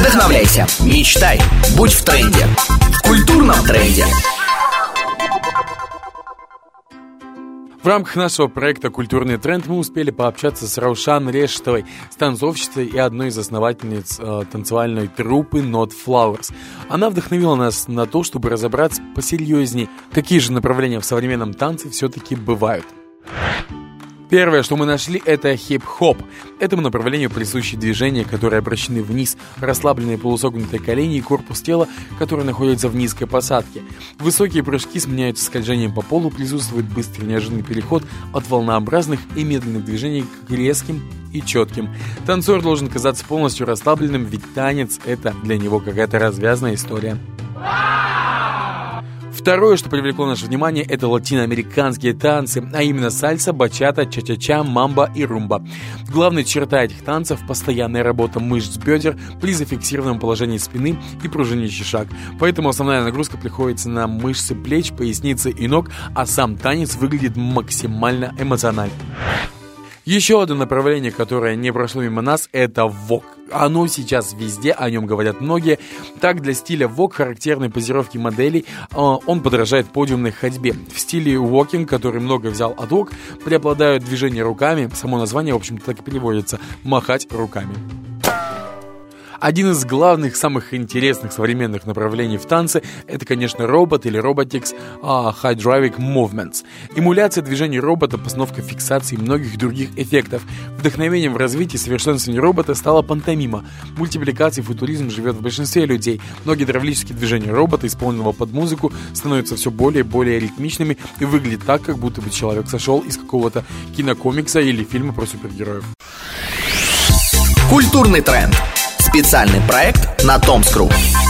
Вдохновляйся, мечтай, будь в тренде. В культурном тренде. В рамках нашего проекта «Культурный тренд» мы успели пообщаться с Раушан Рештовой, танцовщицей и одной из основательниц танцевальной труппы Not Flowers. Она вдохновила нас на то, чтобы разобраться посерьезнее, какие же направления в современном танце все-таки бывают. Первое, что мы нашли, это хип-хоп. Этому направлению присущи движения, которые обращены вниз, расслабленные полусогнутые колени и корпус тела, который находится в низкой посадке. Высокие прыжки сменяются скольжением по полу, присутствует быстрый неожиданный переход от волнообразных и медленных движений к резким и четким. Танцор должен казаться полностью расслабленным, ведь танец — это для него какая-то развязная история. Второе, что привлекло наше внимание, это латиноамериканские танцы, а именно сальса, бачата, ча-ча-ча, мамба и румба. Главная черта этих танцев – постоянная работа мышц бедер при зафиксированном положении спины и пружинящий шаг. Поэтому основная нагрузка приходится на мышцы плеч, поясницы и ног, а сам танец выглядит максимально эмоционально. Еще одно направление, которое не прошло мимо нас, это вок. Оно сейчас везде, о нем говорят многие. Так, для стиля вок характерны позировки моделей, он подражает подиумной ходьбе. В стиле вокинг, который много взял от вок, преобладают движения руками. Само название, в общем-то, так и переводится – махать руками. Один из главных, самых интересных современных направлений в танце – это, конечно, робот или robotics hydraulic movements. Эмуляция движений робота, постановка фиксации и многих других эффектов. Вдохновением в развитии совершенствования робота стала пантомима. Мультипликация и футуризм живет в большинстве людей. Многие гидравлические движения робота, исполненного под музыку, становятся все более и более ритмичными и выглядит так, как будто бы человек сошел из какого-то кинокомикса или фильма про супергероев. Культурный тренд. Специальный проект на Томскру.